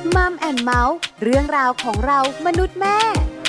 มัมแอนด์เมาส์เรื่องราวของเรามนุษย์แม่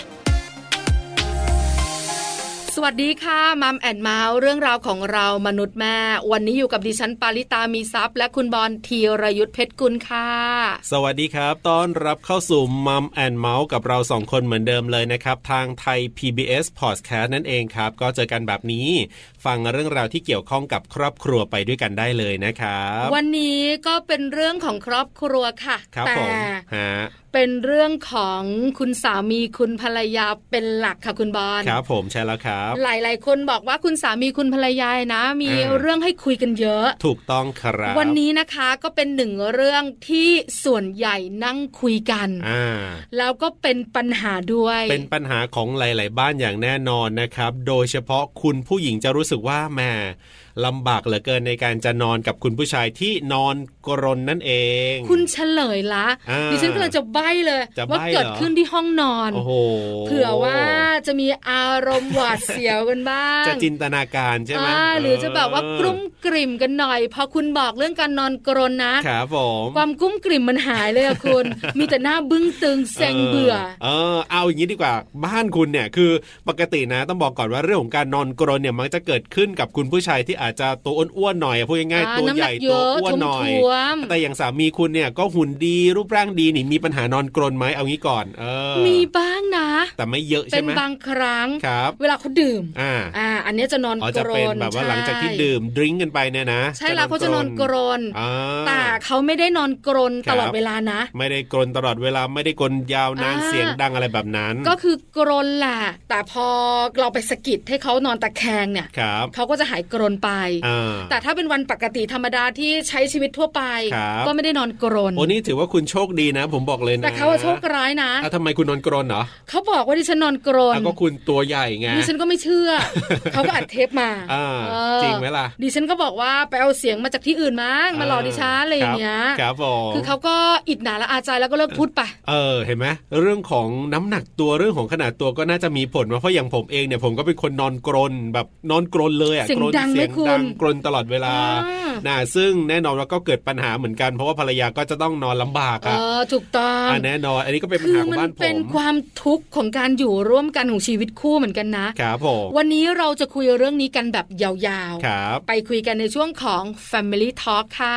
สวัสดีค่ะมัมแอนด์เมาส์เรื่องราวของเรามนุษย์แม่วันนี้อยู่กับดิฉันปาริตามีทรัพย์และคุณบอลธีรยุทธเพชรกุลค่ะสวัสดีครับต้อนรับเข้าสู่มัมแอนด์เมาส์กับเราสองคนเหมือนเดิมเลยนะครับทางไทย PBS Podcast นั่นเองครับก็เจอกันแบบนี้ฟังเรื่องราวที่เกี่ยวข้องกับครอบครัวไปด้วยกันได้เลยนะครับวันนี้ก็เป็นเรื่องของครอบครัวค่ะแต่เป็นเรื่องของคุณสามีคุณภรรยาเป็นหลักค่ะคุณบอลครับผมใช่แล้วครับหลายๆคนบอกว่าคุณสามีคุณภรรยานะมีเรื่องให้คุยกันเยอะถูกต้องครับวันนี้นะคะก็เป็นหนึ่งเรื่องที่ส่วนใหญ่นั่งคุยกันแล้วก็เป็นปัญหาด้วยเป็นปัญหาของหลายๆบ้านอย่างแน่นอนนะครับโดยเฉพาะคุณผู้หญิงจะรู้สึกว่าแม่ลำบากเหลือเกินในการจะนอนกับคุณผู้ชายที่นอนกรนนั่นเองคุณเฉลยละดิฉันกำลังจะใบ้เลยว่าเกิดขึ้นที่ห้องนอนเผื่อว่าจะมีอารมณ์หวาดเสียวกันบ้างจะจินตนาการใช่ไหมหรือจะแบบว่ากลุ้มกลิ่มกันหน่อยพอคุณบอกเรื่องการนอนกรนนะครับผมความกุ้มกลิ่มมันหายเลยอะคุณ มีแต่หน้าบึ้งตึงเซ็งเบื่อเอาอย่างนี้ดีกว่าบ้านคุณเนี่ยคือปกตินะต้องบอกก่อนว่าเรื่องของการนอนกรนเนี่ยมันจะเกิดขึ้นกับคุณผู้ชายที่อาจจะตัวอ้วนๆหน่อยพูดง่ายๆตัวใหญ่ตัวอ้วนหน่อยแต่อย่างสามีคุณเนี่ยก็หุ่นดีรูปร่างดีนี่มีปัญหานอนกรนไหมเอางี้ก่อนมีบ้างนะแต่ไม่เยอะใช่ไหมเป็นบางครั้งเวลาเขาดื่มอันนี้จะนอนกรนจะเป็นแบบว่าหลังจากที่ดื่มดริ้งกันไปเนี่ยนะใช่แล้วเขาจะนอนกรนแต่เขาไม่ได้นอนกรนตลอดเวลานะไม่ได้กรนตลอดเวลาไม่ได้กรนยาวนานเสียงดังอะไรแบบนั้นก็คือกรนแหละแต่พอเราไปสะกิดให้เขานอนตะแคงเนี่ยเขาก็จะหายกรนไปแต่ถ้าเป็นวันปกติธรรมดาที่ใช้ชีวิตทั่วไปก็ไม่ได้นอนกรนโอ้นี่ถือว่าคุณโชคดีนะผมบอกเลยนะแต่เขาโชคร้ายนะทำไมคุณนอนกรนเหรอเขาบอกว่าดิฉันนอนกรนก็คุณตัวใหญ่ไงดิฉันก็ไม่เชื่อ เขาก็อัดเทปมาจริงไหมล่ะดิฉันก็บอกว่าไปเอาเสียงมาจากที่อื่นมั้งมาหลอกดิฉันอะไรอย่างเงี้ยครับผมคือเขาก็อิจฉาละอาใจแล้วก็เลิกพูดไปเห็นไหมเรื่องของน้ำหนักตัวเรื่องของขนาดตัวก็น่าจะมีผลเพราะอย่างผมเองเนี่ยผมก็เป็นคนนอนกรนแบบนอนกรนเลยเสียงดังกรนตลอดเวลาซึ่งแน่นอนว่าก็เกิดปัญหาเหมือนกันเพราะว่าภรรยาก็จะต้องนอนลำบากถูกต้องแน่นอนอันนี้ก็เป็นปัญหาของบ้านผมเป็นความทุกข์ของการอยู่ร่วมกันของชีวิตคู่เหมือนกันนะครับผมวันนี้เราจะคุยเรื่องนี้กันแบบยาวๆไปคุยกันในช่วงของ Family Talk ค่ะ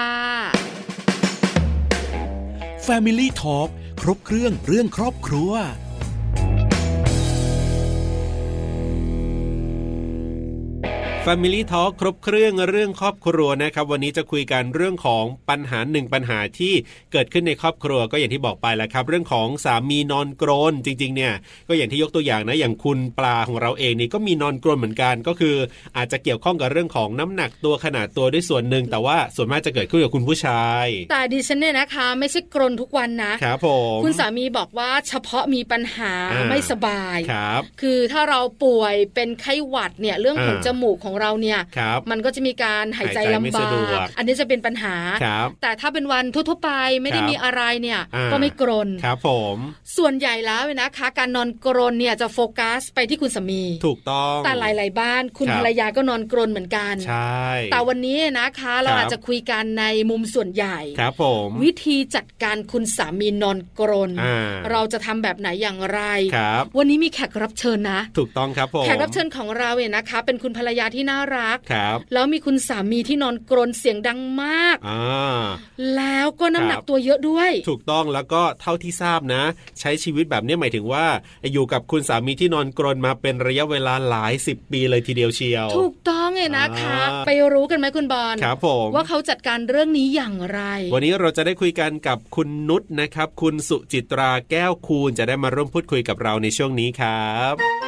Family Talk ครบเครื่องครอบครัว Family Talk ครบเครื่องครอบครัวนะครับวันนี้จะคุยกันเรื่องของปัญหาปัญหาที่เกิดขึ้นในครอบครัวก็อย่างที่บอกไปแล้วครับเรื่องของสามีนอนกรนจริงๆเนี่ยก็อย่างที่ยกตัวอย่างนะอย่างคุณปลาของเราเองนี่ก็มีนอนกรนเหมือนกันก็คืออาจจะเกี่ยวข้องกับเรื่องของน้ำหนักตัวขนาดตัวด้วยส่วนหนึ่งแต่ว่าส่วนมากจะเกิดขึ้นกับคุณผู้ชายแต่ดิฉันเนี่ยนะคะไม่ใช่กรนทุกวันนะครับผมคุณสามีบอกว่าเฉพาะมีปัญหาไม่สบายครับคือถ้าเราป่วยเป็นไข้หวัดเนี่ยเรื่องของจมูกของเราเนี่ยมันก็จะมีการหายใจลำบากอันนี้จะเป็นปัญหาแต่ถ้าเป็นวันทั่วๆไปไม่ได้มีอะไรเนี่ยก็ไม่กรนครับผมส่วนใหญ่แล้วนะคะการนอนกรนเนี่ยจะโฟกัสไปที่คุณสามีถูกต้องแต่หลายๆบ้านคุณภรรยาก็นอนกรนเหมือนกันใช่แต่วันนี้นะคะเราอาจจะคุยกันในมุมส่วนใหญ่ครับผมวิธีจัดการคุณสามีนอนกรนเราจะทำแบบไหนอย่างไรวันนี้มีแขกรับเชิญนะถูกต้องครับผมแขกรับเชิญของเราเนี่ยนะคะเป็นคุณภรรยาที่น่ารักครับแล้วมีคุณสามีที่นอนกรนเสียงดังมากแล้วก็น้ำหนักตัวเยอะด้วยถูกต้องแล้วก็เท่าที่ทราบนะใช้ชีวิตแบบนี้หมายถึงว่าอยู่กับคุณสามีที่นอนกรนมาเป็นระยะเวลาหลาย10 ปีเลยทีเดียวเชียวถูกต้องไงนะคะไปรู้กันไหมคุณบอลครับผมว่าเขาจัดการเรื่องนี้อย่างไรวันนี้เราจะได้คุยกันกับคุณนุชนะครับคุณสุจิตราแก้วคูณจะได้มาร่วมพูดคุยกับเราในช่วงนี้ครับ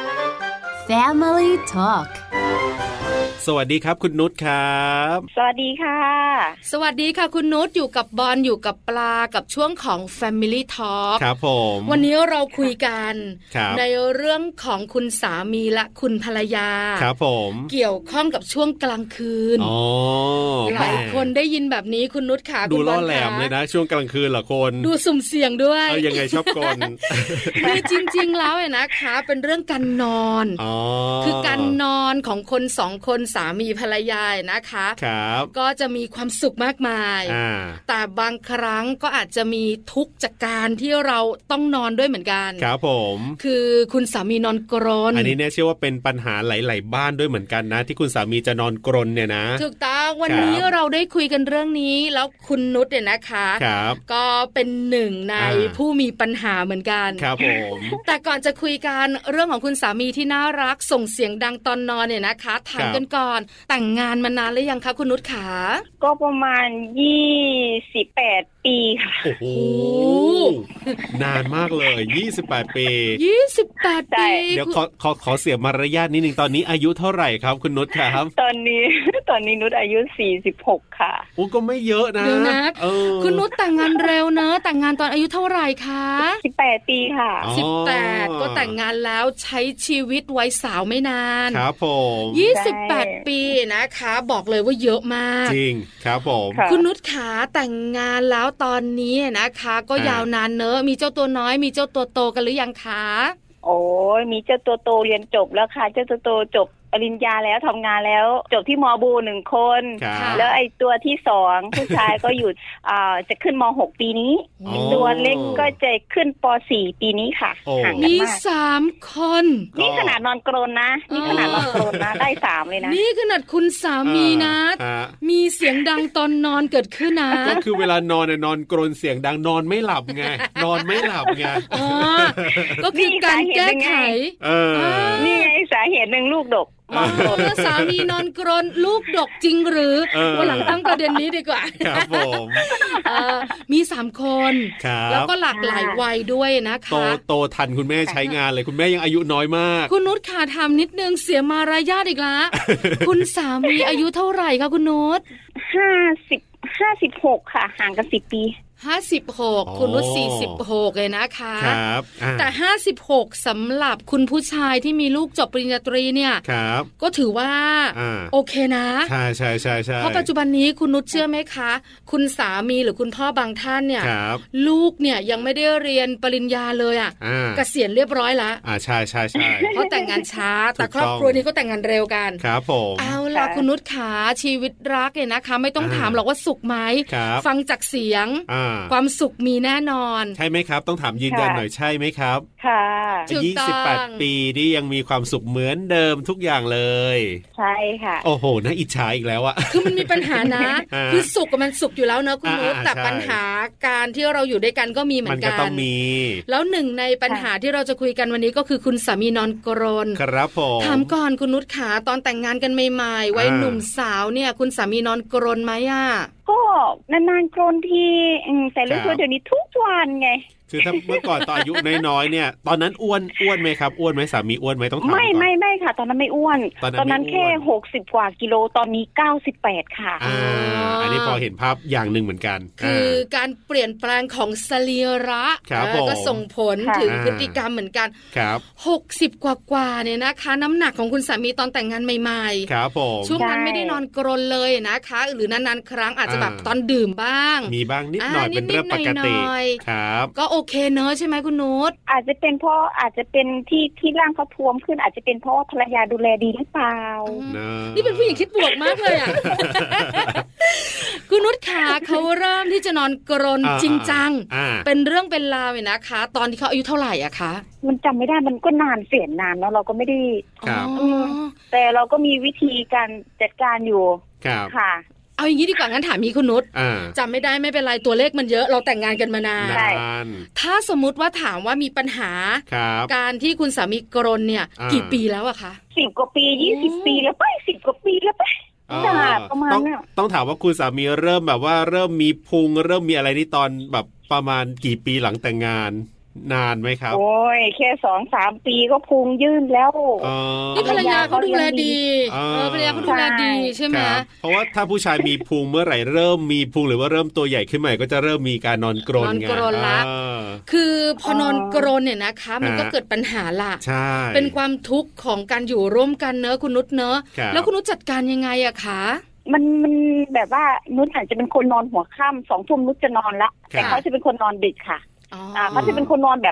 Family Talk สวัสดีครับคุณนุชครับสวัสดีค่ะสวัสดีค่ะคุณนุชอยู่กับบอลอยู่กับปลากับช่วงของ Family Talk ครับผมวันนี้เราคุยกันในเรื่องของคุณสามีและคุณภรรยาครับผมเกี่ยวข้องกับช่วงกลางคืนหลายคนได้ยินแบบนี้คุณนุชค่ะดูล่อแหลมเลยนะช่วงกลางคืนเหรอคนดูสุ่มเสี่ยงด้วยยังไงชอบกลคือจริงๆแล้วเนี่ยนะคะเป็นเรื่องการนอนคือการนอนของคน2 คนสามีภรรยานะคะครับก็จะมีความสุขมากมายแต่บางครั้งก็อาจจะมีทุกข์จากการที่เราต้องนอนด้วยเหมือนกันครับผมคือคุณสามีนอนกรนอันนี้เนี่ยเชื่อว่าเป็นปัญหาหลายๆบ้านด้วยเหมือนกันนะที่คุณสามีจะนอนกรนเนี่ยนะถูกต้องวันนี้เราได้คุยกันเรื่องนี้แล้วคุณนุชเนี่ยนะคะก็เป็นหนึ่งในผู้มีปัญหาเหมือนกันครับผมแต่ก่อนจะคุยกันเรื่องของคุณสามีที่น่ารักส่งเสียงดังตอนนอนเนี่ยนะคะถามกันก่อนแต่งงานมานานหรือยังคะคุณนุชขาก็ประมาณ28 ปีค่ะโอ้โหนานมากเลย28 ปี 28 ปีเดี๋ยวขอเสียมารยาทนิดนึงตอนนี้อายุเท่าไหร่ครับคุณนุชครับตอนนี้นุชอายุ46ค่ะโอ้ก็ไม่เยอะนะเดี๋ยวนะคุณนุชแต่งงานเร็วเนอะแต่งงานตอนอายุเท่าไหร่คะ 18 ปีค่ะ 18ก็แต่งงานแล้วใช้ชีวิตวัยสาวไม่นานครับผม 28 ปีนะคะบอกเลยว่าเยอะมากจริงครับผมคุณนุชขาแต่งงานแล้วตอนนี้นะคะก็ยาวนานเนอะมีเจ้าตัวน้อยมีเจ้าตัวโตกันหรือยังคะโอ้ยมีเจ้าตัวโตเรียนจบแล้วค่ะเจ้าตัวโตจบปริญญาแล้วทำงานแล้วจบที่ม.บู1 คนแล้วไอ้ตัวที่2ผู้ชายก็อยู่จะขึ้นม.6 ปีนี้ตัวเล็กก็จะขึ้นป.4 ปีนี้ค่ะห่างกันมากมี3 คนนี่ขนาดนอนกรนนะนี่ขนาดนอนกรนนะได้3เลยนะนี่ขนาดคุณสามีนะมีเสียงดังตอนนอนเกิดขึ้นนะก็คือเวลานอนนอนกรนเสียงดังนอนไม่หลับไงนอนไม่หลับไงก็คือการแก้ไขนี่ไงสาเหตุหนึ่งลูกดกสามีนอนกรนลูกดกจริงหรือวันหลังตั้งประเด็นนี้ดีกว่าครับผมมี3 คนแล้วก็หลากหลายวัยด้วยนะคะโตทันคุณแม่ใช้งานเลยคุณแม่ยังอายุน้อยมากคุณนุชค่ะถามนิดนึงเสียมารยาทอีกละคุณสามีอายุเท่าไหร่คะคุณนุช 56ค่ะห่างกัน10 ปี 56คุณนุช46เลยนะคะครับแต่56สำหรับคุณผู้ชายที่มีลูกจบปริญญาตรีเนี่ยก็ถือว่าโอเคนะใช่ๆๆๆเพราะปัจจุบันนี้คุณนุชเชื่อไหมคะคุณสามีหรือคุณพ่อบางท่านเนี่ยลูกเนี่ยยังไม่ได้เรียนปริญญาเลยเกษียณเรียบร้อยแล้วใช่ๆๆเพราะแต่งงานช้าแต่ครอบครัวนี้ก็แต่งงานเร็วกันครับผมเอาล่ะคุณนุชขาชีวิตรักเนี่ยนะคะไม่ต้องถามหรอกว่าสุขไหมฟังจากเสียงความสุขมีแน่นอนใช่ไหมครับต้องถามยืนยันหน่อยใช่ไหมครับค่ะ 28 ปีที่ยังมีความสุขเหมือนเดิมทุกอย่างเลยใช่ค่ะโอ้โหน่าอิจฉาอีกแล้วอะคือมันมีปัญหานะคือสุขกับมันสุขอยู่แล้วเนอะคุณนุชแต่ปัญหาการที่เราอยู่ด้วยกันก็มีเหมือนกันมันก็ต้องมีแล้วหนึ่งในปัญหาที่เราจะคุยกันวันนี้ก็คือคุณสามีนอนกรนครับผมถามก่อนคุณนุชขาตอนแต่งงานกันใหม่ๆวัยหนุ่มสาวเนี่ยคุณสามีนอนกรนไหมก็นานๆกรนทีแต่รู้ตัวเดี๋ยวนี้ทุกวันไงคือถ้าเมื่อก่อนตอนอายุน้อยๆเนี่ยตอนนั้นอ้วนไหมครับอ้วนไหมสามีอ้วนไหมต้องถามก่อนไม่ค่ะตอนนั้นไม่อ้วนตอนนั้นแค่60 กว่ากิโลตอนนี้98ค่ะอันนี้พอเห็นภาพอย่างนึงเหมือนกันคือการเปลี่ยนแปลงของสรีระก็ส่งผลถึงพฤติกรรมเหมือนกันครับ 60กว่าเนี่ยนะคะน้ำหนักของคุณสามีตอนแต่งงานใหม่ๆครับผมช่วงนั้นไม่ได้นอนกรนเลยนะคะหรือนานๆครั้งอาจจะแบบตอนดื่มบ้างมีบ้างนิดหน่อยเป็นเรื่องปกติครับก็โอเคเนอะใช่ไหมคุณนุชอาจจะเป็นเพราะอาจจะเป็นที่ร่างเขาท้วมขึ้นอาจจะเป็นเพราะภรรยาดูแลดีหรือเปล่านี่เป็นผู้หญิงคิดบวกมากเลยอ่ะ คุณนุชขาเขาเริ่มที่จะนอนกรนจริงจังเป็นเรื่องเป็นราวเลยนะคะตอนที่เขาอายุเท่าไหร่อะคะมันจำไม่ได้มันก็นานเสียนานแล้วเราก็ไม่ได้แต่เราก็มีวิธีการจัดการอยู่ค่ะเอาอย่างนี้ดีกว่างั้นถามมีคุณนุชจำไม่ได้ไม่เป็นไรตัวเลขมันเยอะเราแต่งงานกันมานานถ้าสมมุติว่าถามว่ามีปัญหาการที่คุณสามีกรนเนี่ยกี่ปีแล้วอะคะ 10 กว่าปี20 ปีแล้วไป10 กว่าปีแล้วไปประมาณนี้ต้องถามว่าคุณสามีเริ่มแบบว่าเริ่มมีพุงเริ่มมีอะไรนี่ตอนแบบประมาณกี่ปีหลังแต่งงานนานไหมครับโอ้ยแค่ 2-3 ปีก็พุงยื่นแล้วนี่ภรรยาเขาดูแลดีภรรยาเขาดูแลดีใช่ไหมเพราะว่าถ้าผู้ชายมีพุงเมื่อไหร่เริ่มมีพุงหรือว่าเริ่มตัวใหญ่ขึ้นใหม่ก็จะเริ่มมีการนอนกรนไงละคือพอนอนกรนเนี่ยนะคะมันก็เกิดปัญหาละเป็นความทุกข์ของการอยู่ร่วมกันเนอะคุณนุชเนอะแล้วคุณนุชจัดการยังไงอะคะมันแบบว่านุชอาจจะเป็นคนนอนหัวค่ำ2 ทุ่มนุชจะนอนละแต่เขาจะเป็นคนนอนดึกค่ะเขาจะเป็นคนนอนแบบ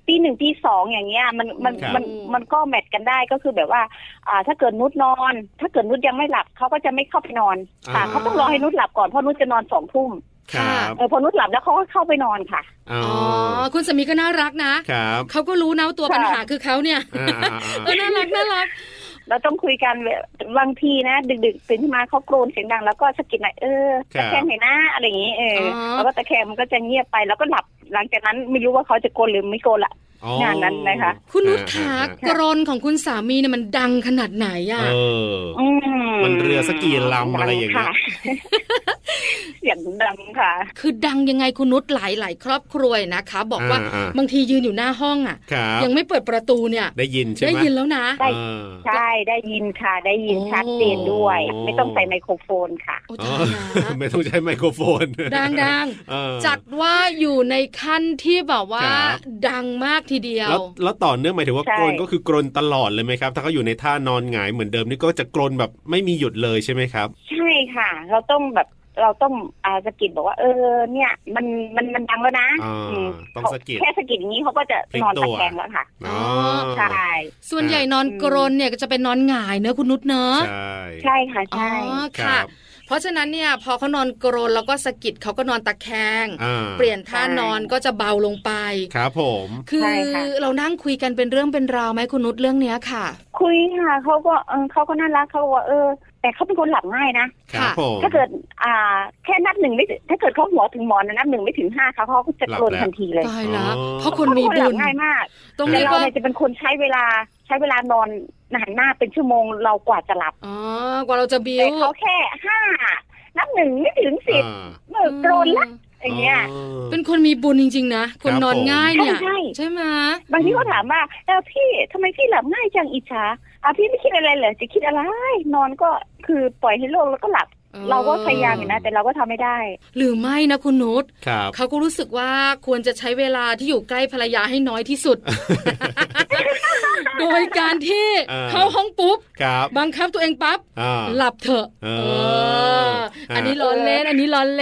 ตีหนึ่งตีสองอย่างเงี้ยมันก็แมทกันได้ก็คือแบบว่าถ้าเกิดนุชนอนถ้าเกิดนุชยังไม่หลับเขาก็จะไม่เข้าไปนอนค่ะเขาต้องรอให้นุชหลับก่อนเพราะนุชจะนอน2 ทุ่มพอนุชหลับแล้วเขาก็เข้าไปนอนค่ะอ๋อคุณสามีก็น่ารักนะเขาก็รู้นะตัวปัญหาคือเขาเนี่ยน่ารักเราต้องคุยกันบางทีนะดึกๆตื่นขึ้นมาเขาโกรนเสียงดังแล้วก็สะกิดหน่อยตะแคงหน่อยนะอะไรอย่างงี้แล้วก็ตะแคงมันก็จะเงียบไปแล้วก็หลับหลังจากนั้นไม่รู้ว่าเขาจะโกรนหรือไม่โกรนละงานนั้นนะคะคุณนุชขากรนของคุณสามีเนี่ยมันดังขนาดไหนอ่ะมันเรือสักกี่ลำอะไรอย่างเงี้ยเสียงดังค่ะคือดังยังไงคุณนุชหลายครอบครัวนะคะบอกว่าบางทียืนอยู่หน้าห้องอ่ะยังไม่เปิดประตูเนี่ยได้ยินใช่ไหมได้ยินแล้วนะใช่ได้ยินค่ะได้ยินชัดเจนด้วยไม่ต้องใส่ไมโครโฟนค่ะไม่ต้องใช้ไมโครโฟนดังจัดว่าอยู่ในขั้นที่แบบว่าดังมากทีเดียวแล้วต่อเนื่องหมายถึงว่ากรนก็คือกรนตลอดเลยไหมครับถ้าเขาอยู่ในท่านอนหงายเหมือนเดิมนี่ก็จะกรนแบบไม่มีหยุดเลยใช่ไหมครับใช่ค่ะเราต้องสะกิดบอกว่าเนี่ยมันดังแล้วนะต้องสะกิดแค่สะกิดอย่างนี้เขาก็จะนอนตะแคงแล้วค่ะใช่ส่วนใหญ่นอนกรนเนี่ยก็จะเป็นนอนหงายเนอะคุณนุชเนอะใช่ค่ะใช่ค่ะเพราะฉะนั้นเนี่ยพอเขานอนกรนแล้วก็สะกิดเขาก็นอนตะแคงเปลี่ยนท่านอนก็จะเบาลงไปครับผมคือเรานั่งคุยกันเป็นเรื่องเป็นราวไหมคุณนุชเรื่องเนี้ยค่ะคุยค่ะเขาก็น่ารักเขาว่าแต่เขาเป็นคนหลับง่ายนะถ้าเกิดแค่นับ1ไม่ถ้าเกิดเขาหัวถึงหมอนนับ1ไม่ถึง5เขาก็จะกรนทันทีเลยตายแล้วเพราะคนมีบุญง่ายมากแต่เราเนี่ยจะเป็นคนใช้เวลานอนหันหน้าเป็นชั่วโมงเรากว่าจะหลับกว่าเราจะบิ้วแต่เขาแค่5นับ1ไม่ถึง10กรนละอย่างเงี้ยเป็นคนมีบุญจริงๆนะคนนอนง่ายเนี่ยใช่ไหมบางทีเขาถามว่าพี่ทำไมพี่หลับง่ายจังอิจฉาพี่ไม่คิดอะไรเหรอจะคิดอะไรนอนก็คือปล่อยให้โลกแล้วก็หลับเราก็พยายามอยู่นะแต่เราก็ทำไม่ได้หรือไม่นะคุณนุชเขาก็รู้สึกว่าควรจะใช้เวลาที่อยู่ใกล้ภรรยาให้น้อยที่สุด โดยการที่เข้าห้องปุ๊บบังคับตัวเองปั๊บหลับเถอะอันนี้ล้อเล่น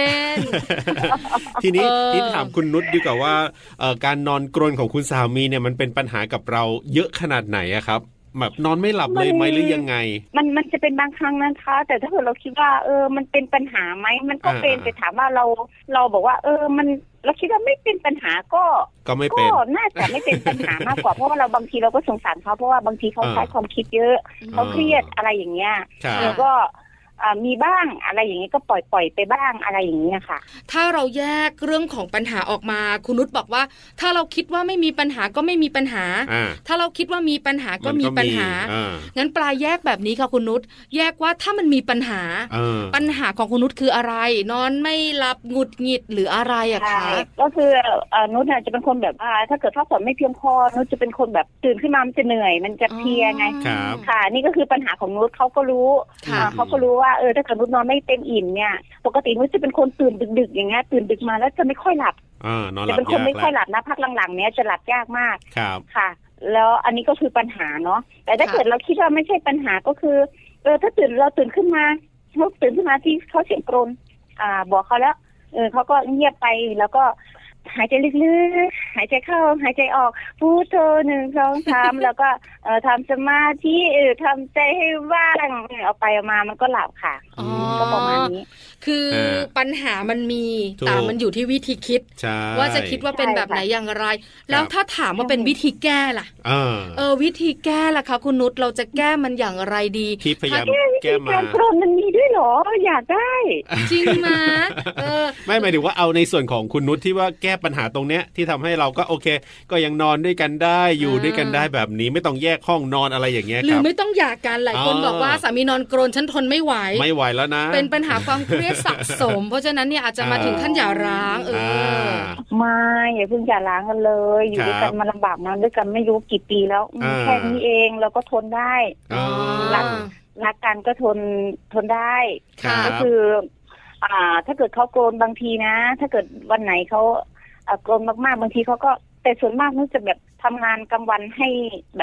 ทีนี้ที่ถามคุณนุชดีกว่าว่าการนอนกรนของคุณสามีเนี่ยมันเป็นปัญหากับเราเยอะขนาดไหนอะครับแบบนอนไม่หลับเลยไหมหรือยังไงมันจะเป็นบางครั้งนะคะแต่ถ้าเกิดเราคิดว่ามันเป็นปัญหาไหมมันก็เป็นแต่ถามว่าเราบอกว่ามันเราคิดว่าไม่เป็นปัญหาก็ไม่เป็นก็น่าจะไม่เป็นปัญหามากกว่าเพราะว่าเราบางทีเราก็สงสารเขาเพราะว่าบางทีเขาใช้ความคิดเยอะเขาเครียดอะไรอย่างเงี้ยแล้วก็มีบ้างอะไรอย่างนี้ก็ปล่อยไปบ้างอะไรอย่างนี้ค่ะถ้าเราแยกเรื่องของปัญหาออกมาคุณนุชบอกว่าถ้าเราคิดว่าไม่มีปัญหาก็ไม่มีปัญหาถ้าเราคิดว่ามีปัญหาก็มีปัญหางั้นปลาแยกแบบนี้ค่ะคุณนุชแยกว่าถ้ามันมีปัญหาของคุณนุชคืออะไรนอนไม่หลับหงุดหงิดหรืออะไรอะคะก็คือนุชจะเป็นคนแบบว่าถ้าเกิดพักผ่อนไม่เพียงพอนุชจะเป็นคนแบบตื่นขึ้นมามันจะเหนื่อยมันจะเพลียไงค่ะนี่ก็คือปัญหาของนุชเขาก็รู้เขาก็รู้ว่าถ้าเกิดนุชนอนไม่เต็มอิ่มเนี่ยปกตินุชจะเป็นคนตื่นดึกๆอย่างเงี้ยตื่นดึกมาแล้วจะไม่ค่อยหลับจะเป็นคนไม่ค่อยหลับนะพักหลังๆเนี้ยจะหลับยากมากค่ะแล้วอันนี้ก็คือปัญหาเนาะแต่ถ้าเกิดเราคิดว่าไม่ใช่ปัญหาก็คือถ้าเราตื่นขึ้นมาที่เขาเสียงกรนบอกเขาแล้วเขาก็เงียบไปแล้วก็หายใจลึกๆหายใจเข้าหายใจออกพุทโธ1 2 3แล้วก็ทำสมาธิทำใจให้ว่างเอาไปเอามามันก็หลับค่ะก็ประมาณนี้คือปัญหามันมีแต่มันอยู่ที่วิธีคิดว่าจะคิดว่าเป็นแบบไหนอย่างไรแล้วถ้าถามว่าเป็นวิธีแก้ล่ะวิธีแก้ล่ะคะคุณนุชเราจะแก้มันอย่างไรดีที่พยายามแก้มามันมีด้วยเหรออยากได้จริงมั้ยไม่หมายถึงว่าเอาในส่วนของคุณนุชที่ว่าแก้ปัญหาตรงเนี้ยที่ทำให้เราก็โอเคก็ยังนอนด้วยกันได้อยู่ด้วยกันได้แบบนี้ไม่ต้องแยกห้องนอนอะไรอย่างเงี้ยครับหรือไม่ต้องหย่ากันหลายคนบอกว่าสามีนอนกรนฉันทนไม่ไหวแล้วนะเป็นปัญหาความเครียดสะสมเพราะฉะนั้นเนี่ยอาจจะมาถึงขั้นหย่าร้างไม่อย่าเพิ่งหย่าร้างกันเลยอยู่ด้วยกันมาลำบากมาด้วยกันไม่รู้กี่ปีแล้วแค่นี้เองเราก็ทนได้รักกันก็ทนได้ก็คือถ้าเกิดเขาโกรธบางทีนะถ้าเกิดวันไหนเขาโกรธมากๆบางทีเขาก็แต่ส่วนมากนุชจะแบบทำงานกลางวันให้แบบ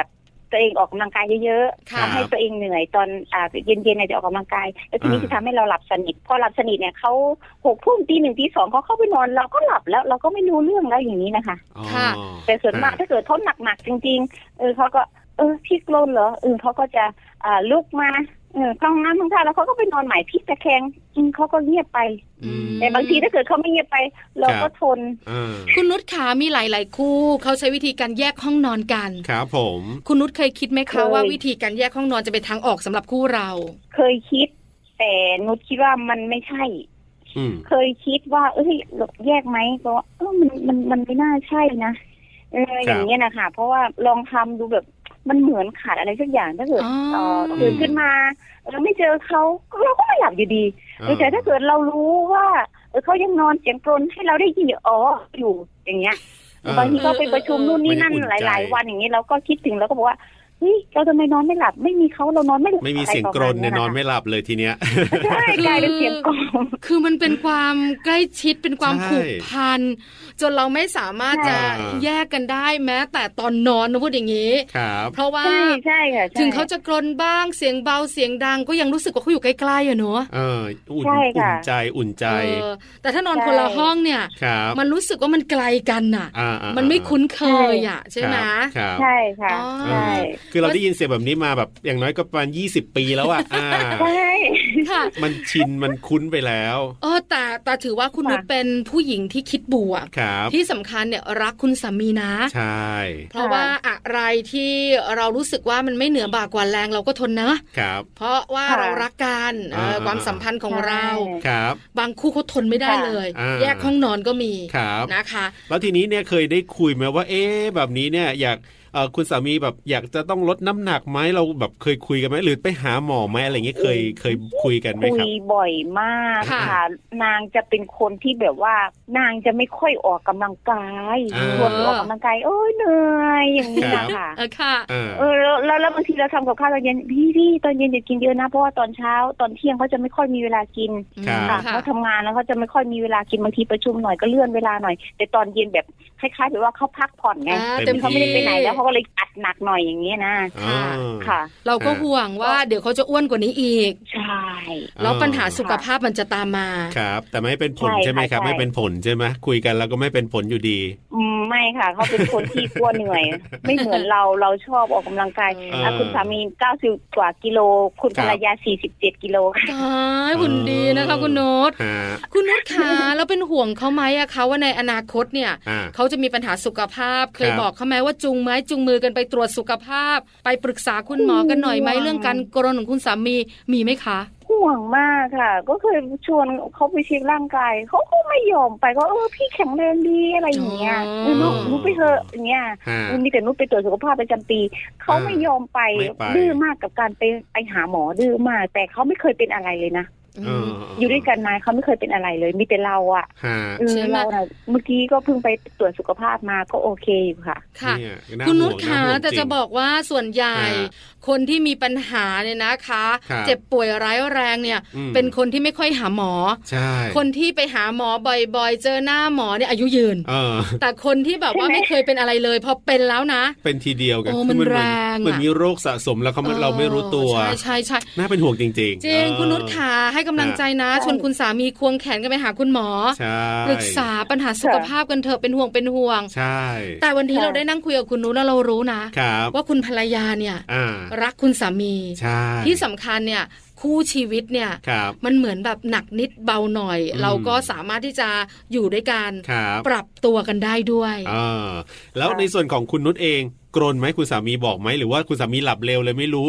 ตัวเองออกกำลังกายเยอะๆทำให้ตัวเองเหนื่อยตอนเย็นๆเนี่ยจะออกกำลังกายแล้วทีนี้จะทำให้เราหลับสนิทพอหลับสนิทเนี่ยเขา6 ทุ่มตี 1 ตี 2เขาเข้าไปนอนเราก็หลับแล้วเราก็ไม่รู้เรื่องแล้วอย่างนี้นะคะค่ะแต่ส่วนมากถ้าเกิดเขาหนักๆจริงๆเขาก็พี่กลนเหรอเขาก็จะลุกมาเข้าห้องน้ำห้องท่าแล้วเขาก็ไปนอนใหม่พี่ตะแคงเขาก็เงียบไปแต่บางทีถ้าเกิดเขาไม่เงียบไปเราก็ทนคุณนุชขามีหลายๆคู่เขาใช้วิธีการแยกห้องนอนกันครับผมคุณนุชเคยคิดไหมคะว่าวิธีการแยกห้องนอนจะเป็นทางออกสำหรับคู่เราเคยคิดแต่นุชคิดว่ามันไม่ใช่เคยคิดว่าแยกไหมเพราะมันไม่น่าใช่นะอย่างเงี้ยนะคะเพราะว่าลองทำดูแบบมันเหมือนขาดอะไรสักอย่างถ้าเกิดตื่นขึ้นมาเราไม่เจอเขาเราก็ไม่หลับอยู่ดีแต่ถ้าเกิดเรารู้ว่าเขายังนอนเสียงกรนให้เราได้ยินอยู่อย่างเงี้ยบางทีเขาไปประชุมนู่นนี่นั่นหลายๆวันอย่างเงี้ยเราก็คิดถึงแล้วก็บอกว่าเฮ้ยเราทำไมนอนไม่หลับไม่มีเขาเรานอนไม่หลับไม่มีเสียงกรนเนี่ยนอนไม่หลับเลยทีเนี้ยใช่กลายเป็นเสียงกรนคือมันเป็นความใกล้ชิดเป็นความผูกพันจนเราไม่สามารถจะแยกกันได้แม้แต่ตอนนอนนะพูดอย่างนี้เพราะว่าถึงเขาจะกรนบ้างเสียงเบาเสียงดังก็ยังรู้สึกว่าเขาอยู่ใกล้ๆอะเนาะอุ่นใจแต่ถ้านอนคนละห้องเนี่ยมันรู้สึกว่ามันไกลกันน่ะมันไม่คุ้นเคยอ่ะใช่ไหมใช่ค่ะคือเราได้ยินเสียงแบบนี้มาแบบอย่างน้อยก็ประมาณ20 ปีแล้วอ่ะใช่ค่ะมันชินมันคุ้นไปแล้วแต่ถือว่าคุณนุชเป็นผู้หญิงที่คิดบวกที่สำคัญเนี่ยรักคุณสามีนะใช่เพราะว่าอะไรที่เรารู้สึกว่ามันไม่เหนือบ่ากว่าแรงเราก็ทนนะครับเพราะว่าเรารักกันความสัมพันธ์ของเราครับบางคู่เขาทนไม่ได้เลยแยกห้องนอนก็มีนะคะแล้วทีนี้เนี่ยเคยได้คุยไหมว่าแบบนี้เนี่ยอยากคุณสามีแบบอยากจะต้องลดน้ำหนักไหมเราแบบเคยคุยกันไหมหรือไปหาหมอไหมอะไรเงี้ยเคยคุยกันไหมครับคุยบ่อยมากค่ะนางจะเป็นคนที่แบบว่านางจะไม่ค่อยออกกำลังกายชวนออกกำลังกายเหนื่อยอย่างนี้นะคะค่ะแล้วบางทีเราทำกับข้าวตอนเย็นพี่ตอนเย็นอย่ากินเยอะนะเพราะว่าตอนเช้าตอนเที่ยงเขาจะไม่ค่อยมีเวลากินเขาทำงานแล้วเขาจะไม่ค่อยมีเวลากินบางทีประชุมหน่อยก็เลื่อนเวลาหน่อยแต่ตอนเย็นแบบคล้ายๆแบบว่าเขาพักผ่อนไงเขาไม่ได้ไปไหนแล้วเขาก็เลยอัดหนักหน่อยอย่างนี้นะค่ะเราก็ห่วงว่าเดี๋ยวเขาจะอ้วนกว่านี้อีกใช่แล้วปัญหาสุขภาพมันจะตามมาครับแต่ไม่เป็นผลใช่ไหมครับไม่เป็นผลใช่ไหมคุยกันแล้วก็ไม่เป็นผลอยู่ดีไม่ค่ะเขาเป็นคนที่กลัวเหนื่อยไม่เหมือนเราชอบออกกำลังกายคุณสามี90 กว่ากิโลคุณภรรยา47 กิโลค่ะหุ่นดีนะคะคุณโน้ตคุณโน้ตขาแล้วเป็นห่วงเขาไหมอะคะว่าในอนาคตเนี่ยเขาจะมีปัญหาสุขภาพเคยบอกเขาไหมว่าจูงมือกันไปตรวจสุขภาพไปปรึกษาคุณหมอกันหน่อยไหมเรื่องการกรนของคุณสามีไหมคะห่วงมากค่ะก็เคยชวนเขาไปเช็คร่างกายเขาก็ไม่ยอมไปก็พี่แข็งแรงดีอะไรอย่างเงี้ยนุ๊กไปเถอะอย่างเงี้ยมีแต่นุ๊กไปตรวจสุขภาพประจำปีเขาไม่ยอมไปดื้อมากกับการไปหาหมอดื้อมากแต่เขาไม่เคยเป็นอะไรเลยนะอยู่ด้วยกันมาเขาไม่เคยเป็นอะไรเลยมีแต่เราอ่ะเราเมื่อกี้ก็เพิ่งไปตรวจสุขภาพมาก็โอเคอยู่ค่ะค่ะคุณนุชขาแต่จะบอกว่าส่วนใหญ่คนที่มีปัญหาเนี่ยนะคะเจ็บป่วยร้ายแรงเนี่ยเป็นคนที่ไม่ค่อยหาหมอคนที่ไปหาหมอบ่อยๆเจอหน้าหมอเนี่ยอายุยืนแต่คนที่แบบว่าไม่เคยเป็นอะไรเลยพอเป็นแล้วนะเป็นทีเดียวกันมันแรงมันมีโรคสะสมแล้วเราไม่รู้ตัวใช่น่าเป็นห่วงจริงๆจริงคุณนุชขาให้กำลังใจนะชวนคุณสามีควงแขนกันไปหาคุณหมอปรึกษาปัญหาสุขภาพกันเถอะเป็นห่วงใช่แต่วันนี้เราได้นั่งคุยกับคุณนุชแล้วเรารู้นะว่าคุณภรรยาเนี่ยรักคุณสามีที่สำคัญเนี่ยคู่ชีวิตเนี่ยมันเหมือนแบบหนักนิดเบาหน่อยเราก็สามารถที่จะอยู่ด้วยกันปรับตัวกันได้ด้วยแล้วในส่วนของคุณนุชเองกรนไหมคุณสามีบอกไหมหรือว่าคุณสามีหลับเร็วเลยไม่รู้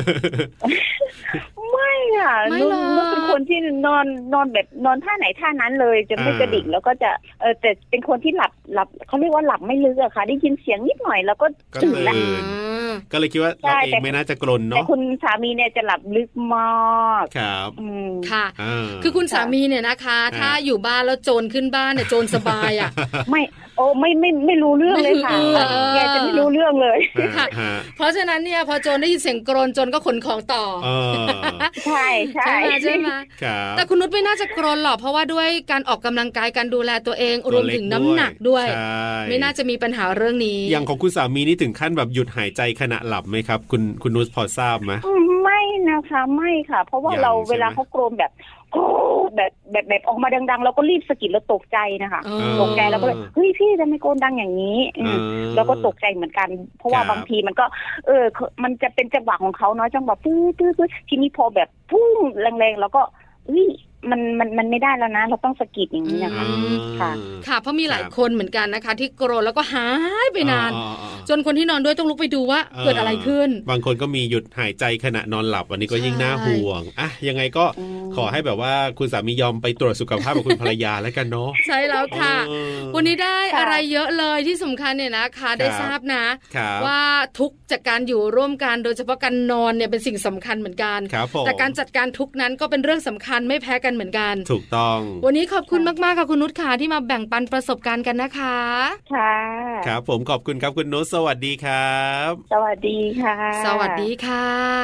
ไม่ค่ะนุ๊กเป็นคนที่นอนแบบนอนท่าไหนท่านั้นเลยจะไม่กระดิกแล้วก็จะแต่เป็นคนที่หลับเขาเรียกว่าหลับไม่ลึกอะค่ะได้ยินเสียงนิดหน่อยแล้วก็ตื่นแล้วก็เลยคิดว่าเราเองไม่น่าจะกรนเนาะแต่คุณสามีเนี่ยจะหลับลึกมากครับค่ะคือคุณสามีเนี่ยนะคะถ้าอยู่บ้านแล้วโจรขึ้นบ้านเนี่ยโจรสบายอะไม่รู้เรื่องเลยค่ะแกจะไม่รู้เรื่องเลยค่ะเพราะฉะนั้นเนี่ยพอโจรได้ยินเสียงกรนโจรก็ขนของต่อใช่ไหมแต่คุณนุชไม่น่าจะกรนหรอกเพราะว่าด้วยการออกกำลังกายการดูแลตัวเองรวมถึงน้ำหนักด้วยไม่น่าจะมีปัญหาเรื่องนี้อย่างของคุณสามีนี่ถึงขั้นแบบหยุดหายใจขณะหลับไหมครับคุณนุชพอทราบไหมไม่นะคะไม่ค่ะเพราะว่าเราเวลาเขากรนแบบโอ้แบบออกมาดังๆเราก็รีบสะกิดแล้วตกใจนะคะตกใจแล้วก็เฮ้ยพี่ทำไมโกนดังอย่างนี้เราก็ตกใจเหมือนกันเพราะว่าบางทีมันก็มันจะเป็นจังหวะของเขาเนาะจังหวะปื๊ดทีนี้พอแบบพุ่งแรงๆแล้วก็มันไม่ได้แล้วนะเราต้องสะกิดอย่างนี้นะคะค่ะเพราะมีหลายคนเหมือนกันนะคะที่โกรธแล้วก็หายไปนานจนคนที่นอนด้วยต้องลุกไปดูว่าเกิดอะไรขึ้นบางคนก็มีหยุดหายใจขณะนอนหลับวันนี้ก็ยิ่งน่าห่วงอ่ะยังไงก็ขอให้แบบว่าคุณสามียอมไปตรวจสุขภาพกับคุณภรรยาแล้วกันเนาะใช่แล้วค่ะวันนี้ได้อะไรเยอะเลยที่สำคัญเนี่ยนะคะได้ทราบนะว่าทุกจากการอยู่ร่วมกันโดยเฉพาะการนอนเนี่ยเป็นสิ่งสำคัญเหมือนกันแต่การจัดการทุกนั้นก็เป็นเรื่องสำคัญไม่แพ้กันเหมือนกันถูกต้องวันนี้ขอบคุณมากๆค่ะคุณนุชค่ะที่มาแบ่งปันประสบการณ์กันนะคะค่ะครับผมขอบคุณครับคุณนุชสวัสดีครับสวัสดีค่ะสวัสดีค่ะ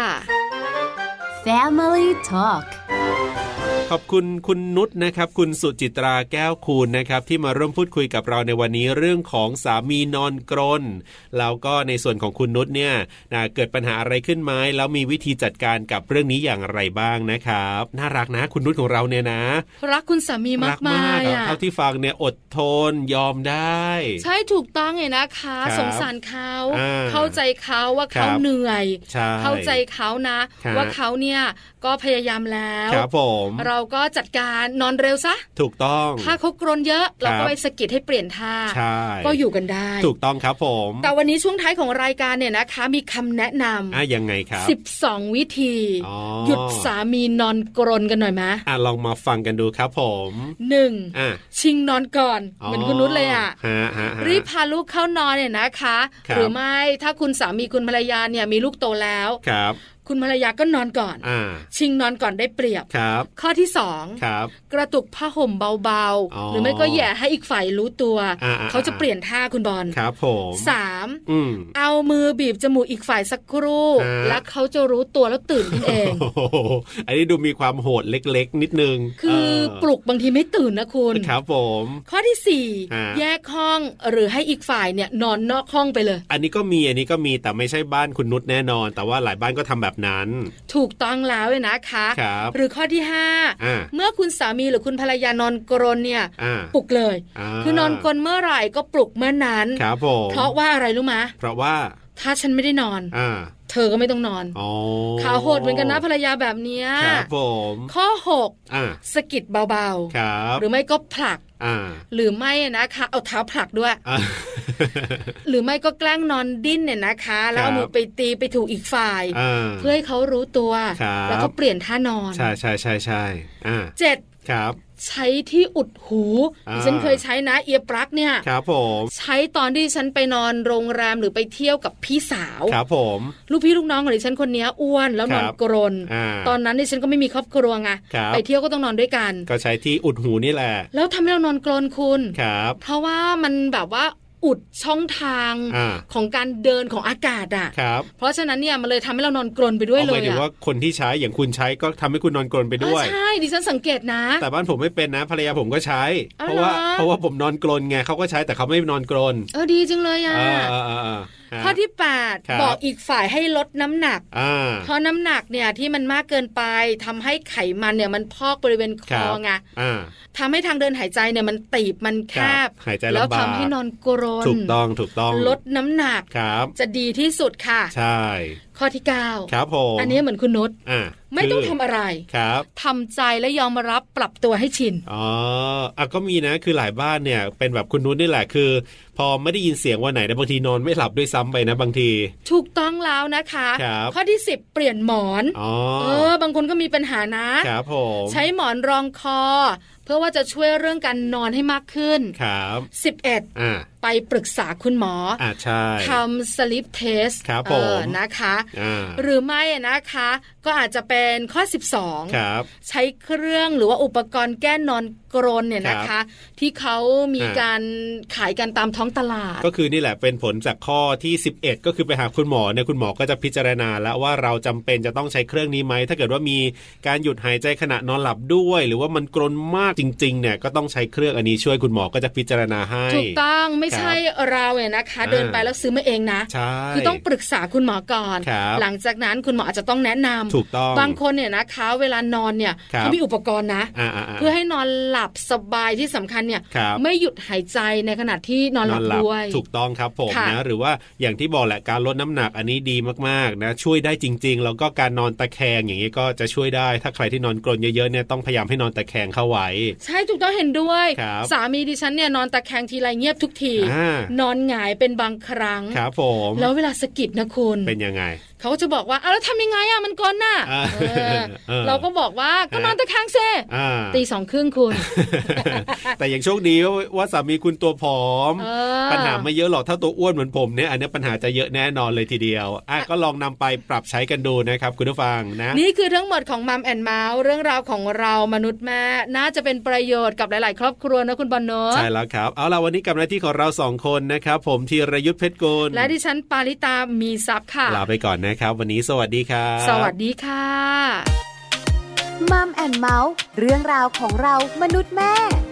Family Talk ขอบคุณคุณนุชนะครับคุณสุจิตราแก้วคูณนะครับที่มาร่วมพูดคุยกับเราในวันนี้เรื่องของสามีนอนกรนแล้วก็ในส่วนของคุณนุชเนี่ยเกิดปัญหาอะไรขึ้นไหมแล้วมีวิธีจัดการกับเรื่องนี้อย่างไรบ้างนะครับน่ารักนะคุณนุชของเราเนี่ยนะรักคุณสามีมากมากเท่าที่ฟังเนี่ยอดทนยอมได้ใช่ถูกต้องเลยนะคะสงสารเขาเข้าใจเขาว่าเขาเหนื่อยเข้าใจเขานะว่าเขาเนี่ยก็พยายามแล้วครับผมเราก็จัดการนอนเร็วซะถูกต้องถ้าเขากรนเยอะเราก็ไปสะกิดให้เปลี่ยนท่าก็อยู่กันได้ถูกต้องครับผมแต่วันนี้ช่วงท้ายของรายการเนี่ยนะคะมีคำแนะนำยังไงครับ 12วิธีหยุดสามีนอนกรนกันหน่อยไหมลองมาฟังกันดูครับผม 1ชิงนอนก่อนเหมือนคุณนุชเลยรีบพาลูกเข้านอนเนี่ยนะคะหรือไม่ถ้าคุณสามีคุณภรรยาเนี่ยมีลูกโตแล้วคุณภรรยาก็นอนก่อนชิงนอนก่อนได้เปรียบข้อที่2กระตุกผ้าห่มเบาๆหรือไม่ก็แย่ให้อีกฝ่ายรู้ตัวเขาจะเปลี่ยนท่าคุณบอลครับผม 3เอามือบีบจมูกอีกฝ่ายสักครู่แล้วเขาจะรู้ตัวแล้วตื่นขึ้นเองอันนี้ดูมีความโหดเล็กๆนิดนึงคือปลุกบางทีไม่ตื่นนะคุณครับผมข้อที่4แยกห้องหรือให้อีกฝ่ายเนี่ยนอนนอกห้องไปเลยอันนี้ก็มีแต่ไม่ใช่บ้านคุณนุชแน่นอนแต่ว่าหลายบ้านก็ทำแบบนั้นถูกต้องแล้วเลยนะคะหรือข้อที่5เมื่อคุณสามีหรือคุณภรรยานอนกรนเนี่ยปลุกเลยคือนอนกรนเมื่อไหร่ก็ปลุกเมื่อนั้นเพราะว่าอะไรรู้ไหมเพราะว่าถ้าฉันไม่ได้นอนเธอก็ไม่ต้องนอนขาโหดเหมือนกันนะภรรยาแบบนี้ข้อ6สะกิดเบาๆหรือไม่ก็ผลักหรือไม่นะคะเอาเท้าผลักด้วยหรือไม่ก็แกล้งนอนดิ้นเนี่ยนะคะแล้วเอามือไปตีไปถูกอีกฝ่ายเพื่อให้เขารู้ตัวแล้วก็เปลี่ยนท่านอนใช่ 7ครับใช้ที่อุดหูฉันเคยใช้นะเอียปลั๊กเนี่ยครับผมใช้ตอนที่ฉันไปนอนโรงแรมหรือไปเที่ยวกับพี่สาวครับผมลูกพี่ลูกน้องของดิฉันคนนี้อ้วนแล้วนอนกรนตอนนั้นดิฉันก็ไม่มีครอบครัวไงไปเที่ยวก็ต้องนอนด้วยกันก็ใช้ที่อุดหูนี่แหละแล้วทำให้เรานอนกรนคุณเพราะว่ามันแบบว่าอุดช่องทางของการเดินของอากาศเพราะฉะนั้นเนี่ยมันเลยทำให้เรานอนกรนไปด้วยเลยหมายถึงว่าคนที่ใช้อย่างคุณใช้ก็ทำให้คุณนอนกรนไปด้วยใช่ดิฉันสังเกตนะแต่บ้านผมไม่เป็นนะภรรยาผมก็ใช้เพราะว่าผมนอนกรนไงเขาก็ใช้แต่เขาไม่นอนกรนดีจังเลยข้อที่8บอกอีกฝ่ายให้ลดน้ำหนักเพราะน้ำหนักเนี่ยที่มันมากเกินไปทำให้ไขมันเนี่ยมันพอกบริเวณคอไงทำให้ทางเดินหายใจเนี่ยมันตีบมันแคบแล้วทำให้นอนกรนถูกต้องลดน้ำหนักจะดีที่สุดค่ะใช่ข้อที่9 ครับผมอันนี้เหมือนคุณนุชไม่ต้องทำอะไรทำใจและยอมรับปรับตัวให้ชินก็มีนะคือหลายบ้านเนี่ยเป็นแบบคุณนุชนี่แหละคือพอไม่ได้ยินเสียงวันไหนนะบางทีนอนไม่หลับด้วยซ้ำไปนะบางทีถูกต้องแล้วนะคะข้อที่10เปลี่ยนหมอนบางคนก็มีปัญหานะครับผมใช้หมอนรองคอเพื่อว่าจะช่วยเรื่องการนอนให้มากขึ้นครับ 11ไปปรึกษาคุณหมอใช่ทำ sleep test นะคะหรือไม่นะคะก็อาจจะเป็นข้อ12ใช้เครื่องหรือว่าอุปกรณ์แก้นอนกรนเนี่ยนะคะที่เขามีการขายกันตามท้องตลาดก็คือนี่แหละเป็นผลจากข้อที่11ก็คือไปหาคุณหมอเนี่ยคุณหมอก็จะพิจารณาแล้วว่าเราจำเป็นจะต้องใช้เครื่องนี้ไหมถ้าเกิดว่ามีการหยุดหายใจขณะนอนหลับด้วยหรือว่ามันกรนมากจริงๆเนี่ยก็ต้องใช้เครื่องอันนี้ช่วยคุณหมอก็จะพิจารณาให้ถูกต้องไม่ใช่เราเนี่ยนะคะเดินไปแล้วซื้อมาเองนะคือต้องปรึกษาคุณหมอก่อนหลังจากนั้นคุณหมออาจจะต้องแนะนำถูกต้องบางคนเนี่ยนะคะเวลานอนเนี่ยเขามีอุปกรณ์นะเพื่อให้นอนหลับสบายที่สำคัญเนี่ยไม่หยุดหายใจในขณะที่นอนหลับด้วยถูกต้องครับผมนะหรือว่าอย่างที่บอกแหละการลดน้ำหนักอันนี้ดีมากๆนะช่วยได้จริงๆแล้วก็การนอนตะแคงอย่างนี้ก็จะช่วยได้ถ้าใครที่นอนกรนเยอะๆเนี่ยต้องพยายามให้นอนตะแคงเข้าไว้ใช่ถูกต้องเห็นด้วยสามีดิฉันเนี่ยนอนตะแคงทีไรเงียบทุกทีนอนหงายเป็นบางครั้งครับผมแล้วเวลาสะกิดนะคุณเป็นยังไงเขาจะบอกว่าแล้วทำยังไงมันกลนน่ะเราก็บอกว่าก็นอนตะแคงเซ่ตี 2:30คุณแต่อย่างโชคดีว่าสามีคุณตัวผอมปัญหาไม่เยอะหรอกถ้าตัวอ้วนเหมือนผมเนี่ยอันนี้ปัญหาจะเยอะแน่นอนเลยทีเดียวก็ลองนำไปปรับใช้กันดูนะครับคุณผู้ฟังนะนี่คือทั้งหมดของมัมแอนด์เมาส์เรื่องราวของเรามนุษย์แม่น่าจะเป็นประโยชน์กับหลายๆครอบครัวนะคุณบอลโนใช่แล้วครับเอาล่ะวันนี้กับหน้าที่ของเรา2คนนะครับผมธีรยุทธเพชรกุลและดิฉันปาริตามีทรัพย์ค่ะลาไปก่อนนะครับวันนี้สวัสดีครับสวัสดีค่ะมัมแอนด์เมาส์เรื่องราวของเรามนุษย์แม่